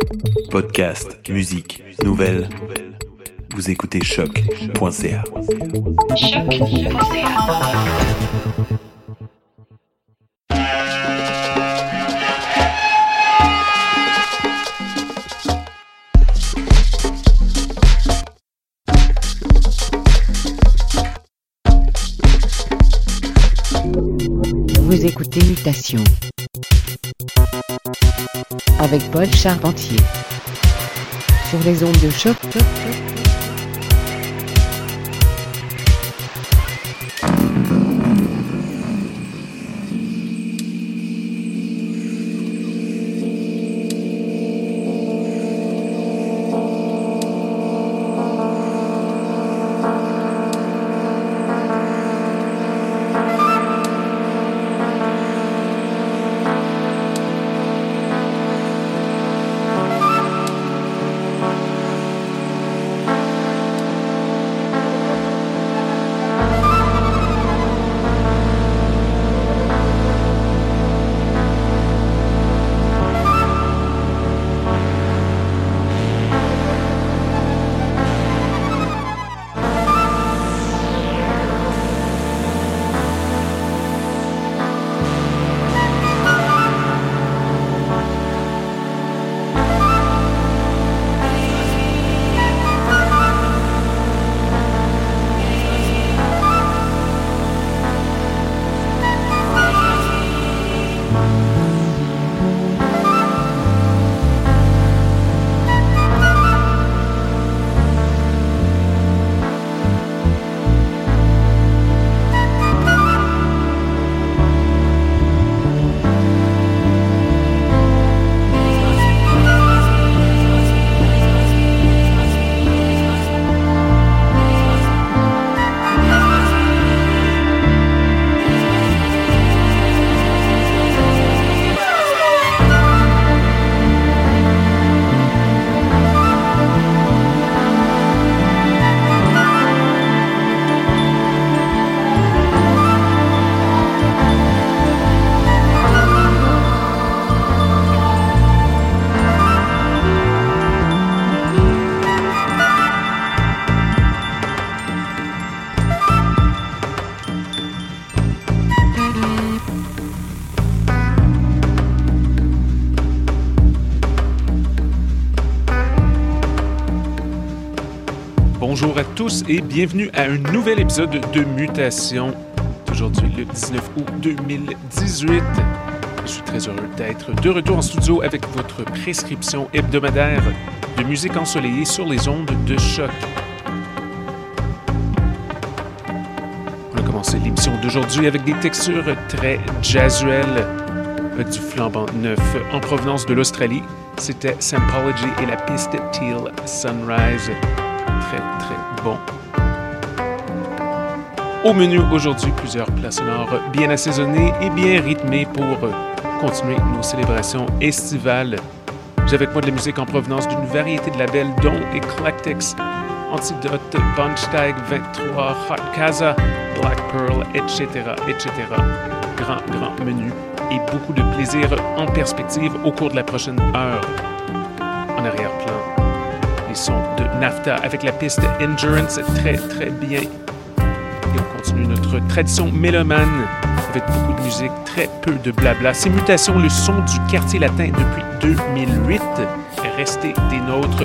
Podcast, musique, nouvelles. Vous écoutez choc.ca. Vous écoutez Mutation avec Paul Charpentier sur les ondes de choc. Bonjour à tous et bienvenue à un nouvel épisode de Mutation. Aujourd'hui, le 19 août 2018. Je suis très heureux d'être de retour en studio avec votre prescription hebdomadaire de musique ensoleillée sur les ondes de choc. On a commencé l'émission d'aujourd'hui avec des textures très jazzuelles, du flambant neuf en provenance de l'Australie. C'était Sampology et la piste Teal Sunrise. Très, très bon. Au menu aujourd'hui, plusieurs plats sonores bien assaisonnés et bien rythmés pour continuer nos célébrations estivales. J'ai avec moi de la musique en provenance d'une variété de labels dont Eclectics, Antidote, Bunchstag 23, Hot Casa, Black Pearl, etc., etc. Grand menu et beaucoup de plaisir en perspective au cours de la prochaine heure. En arrière-plan, les sons de NAFTA avec la piste Endurance, très bien. Et on continue notre tradition mélomane avec beaucoup de musique, très peu de blabla. C'est Mutation, le son du quartier latin depuis 2008. Restez des nôtres.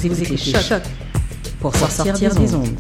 Vous écoutez Choc pour sortir des ondes.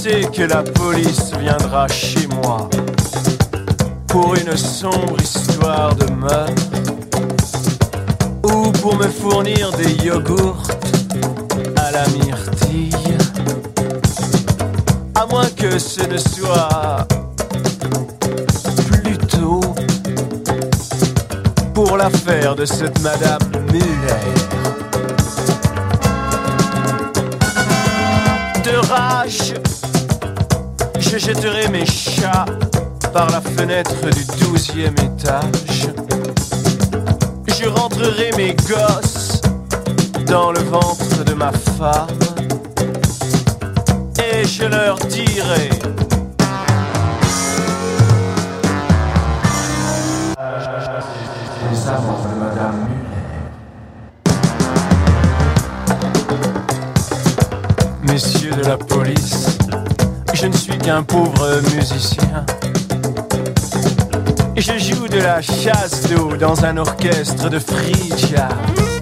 sais que la police viendra chez moi pour une sombre histoire de meurtre ou pour me fournir des yogourts à la myrtille. À moins que ce ne soit plutôt pour l'affaire de cette Madame Muller. De rage, je jetterai mes chats par la fenêtre du 12e étage. Je rentrerai mes gosses dans le ventre de ma femme et je leur dirai: les amants de Madame Muller. Messieurs de la police, je ne suis qu'un pauvre musicien. Je joue de la chasse d'eau dans un orchestre de free jazz.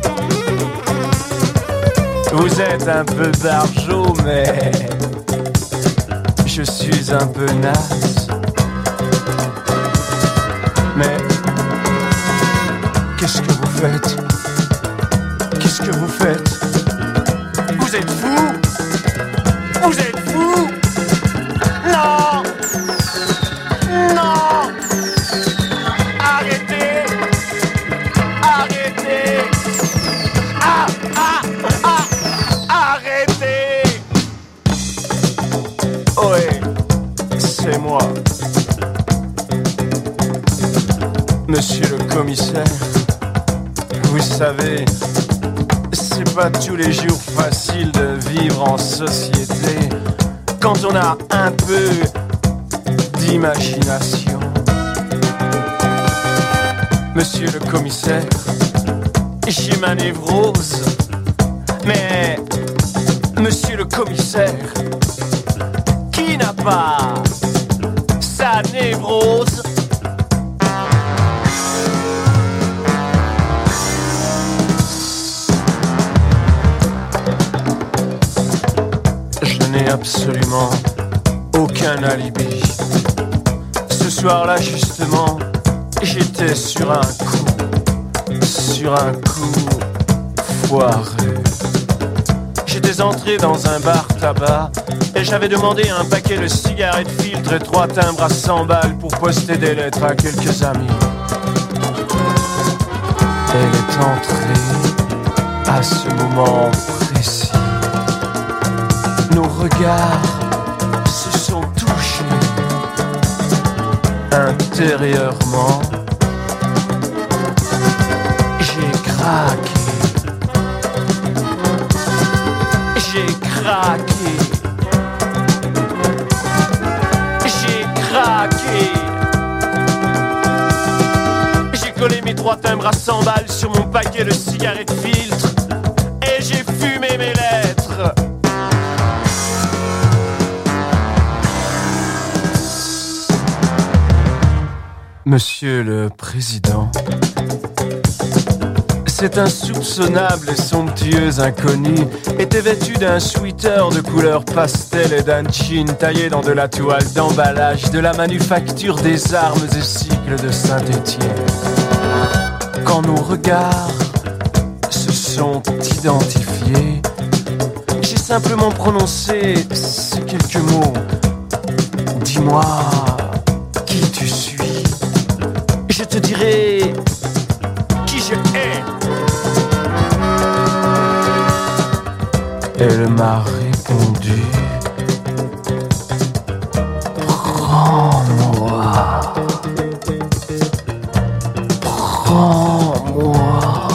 Vous êtes un peu barjot, mais je suis un peu naze. Mais qu'est-ce que vous faites? Qu'est-ce que vous faites? Vous êtes fous? Vous êtes fous? Non! Non! Arrêtez! Arrêtez! Ah! Ah! Ah! Arrêtez! Oui, c'est moi. Monsieur le commissaire, vous savez, c'est pas tous les jours facile de vivre en société quand on a un peu d'imagination. Monsieur le commissaire, j'ai ma névrose, mais monsieur le commissaire, qui n'a pas sa névrose? Je n'ai absolument aucun alibi. Ce soir-là, justement, j'étais sur un coup foireux. J'étais entré dans un bar tabac et j'avais demandé un paquet de cigarettes filtres et 3 timbres à 100 balles pour poster des lettres à quelques amis. Elle est entrée à ce moment précis. Nos regards se sont touchés intérieurement. J'ai craqué. J'ai craqué. J'ai craqué. J'ai collé mes 3 timbres à 100 balles sur mon paquet de cigarettes filtres et j'ai fumé mes lettres. Monsieur le Président, cet insoupçonnable et somptueux inconnu était vêtu d'un sweater de couleur pastel et d'un jean taillé dans de la toile d'emballage de la manufacture des armes et cycles de Saint-Étienne. Quand nos regards se sont identifiés, j'ai simplement prononcé ces quelques mots. Dis-moi qui tu suis. Je te dirai qui je hais. Elle m'a répondu: prends-moi, prends-moi,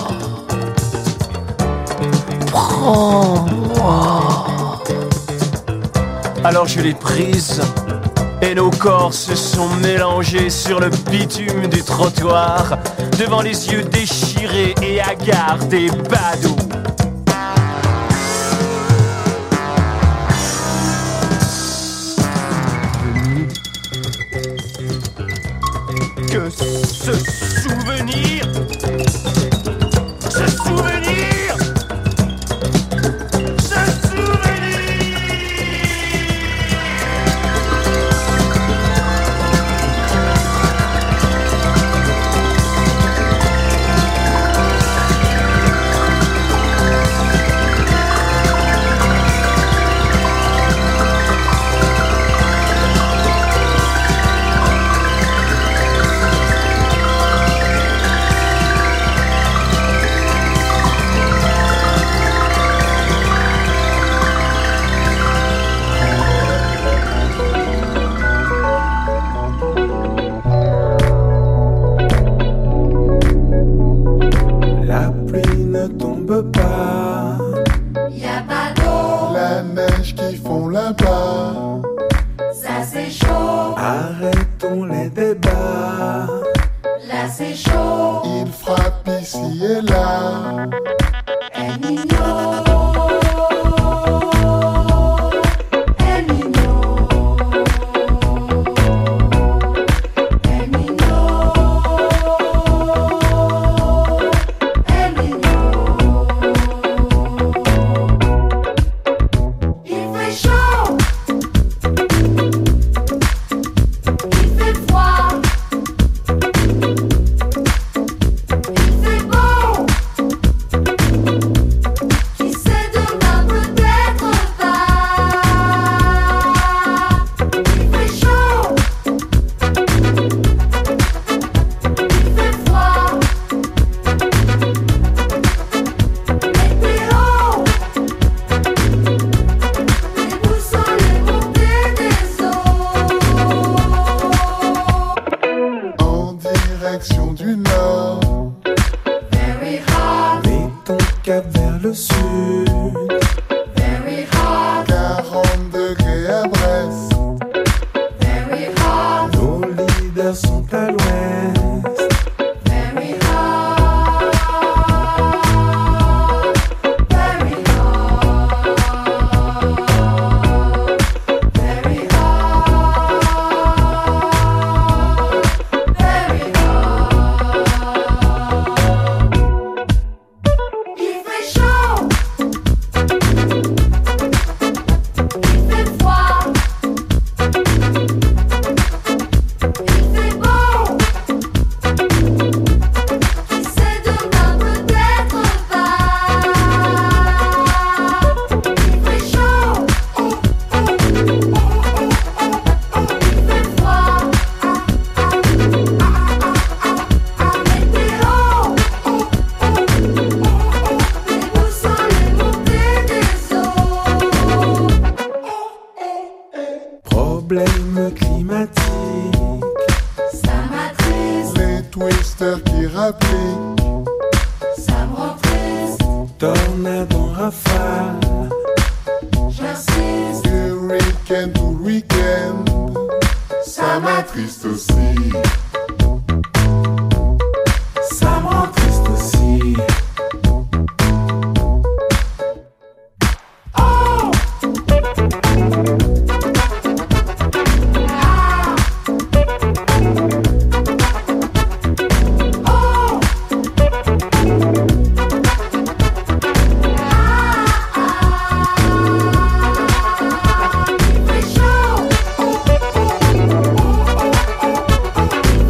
prends-moi. Alors je l'ai prise et nos corps se sont mélangés sur le bitume du trottoir, devant les yeux déchirés et hagards des badauds. Que ce souvenir, ce souvenir, ce souvenir. y a pas d'eau. La neige qui fond là-bas, Ça c'est chaud. arrêtons les débats. Là c'est chaud. Il frappe ici et là. El Niño. El Niño. El Niño. El Niño. Il fait chaud. Il fait froid. Il fait beau. Qui sait demain peut-être pas. Il fait chaud. Il fait froid. Météo. Les boussoles, les montées des eaux. En direction du nord, Very hot, mets ton cap vers le sud. very hot, 40 degrés à Brest, very hot, nos leaders sont à l'ouest. very hot, very hot, very hot, very hot. Il fait chaud. Il fait froid. Il fait beau. Qui sait demain peut-être pas. Il fait chaud. Il fait froid. Météo. Les boussoles, les montées des eaux. Problème climatique, Ça m'attriste, les twisters qui rappliquent. ça me rend triste. Tornade en rafale, J'insiste, hurricane tout le week-end. Ça m'attriste aussi. Ça me rend triste aussi. il fait chaud. Il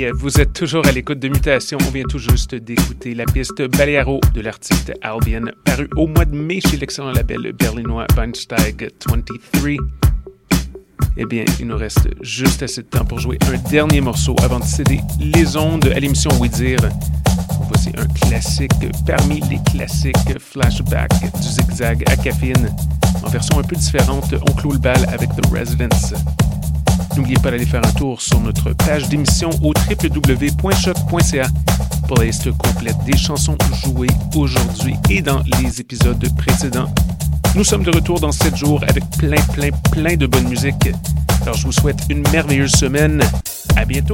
Et vous êtes toujours à l'écoute de Mutation. On vient tout juste d'écouter la piste Balearo de l'artiste Albion, paru au mois de mai chez l'excellent label berlinois Weinsteig 23. Eh bien, il nous reste juste assez de temps pour jouer un dernier morceau avant de céder les ondes à l'émission Oui Dire. Voici un classique parmi les classiques, Flashback du Zigzag à caféine. En version un peu différente, on clôt le bal avec The Residents. N'oubliez pas d'aller faire un tour sur notre page d'émission au www.choc.ca pour la liste complète des chansons jouées aujourd'hui et dans les épisodes précédents. Nous sommes de retour dans 7 jours avec plein de bonne musique. Alors je vous souhaite une merveilleuse semaine. À bientôt!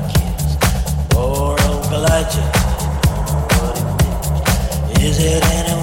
Is it any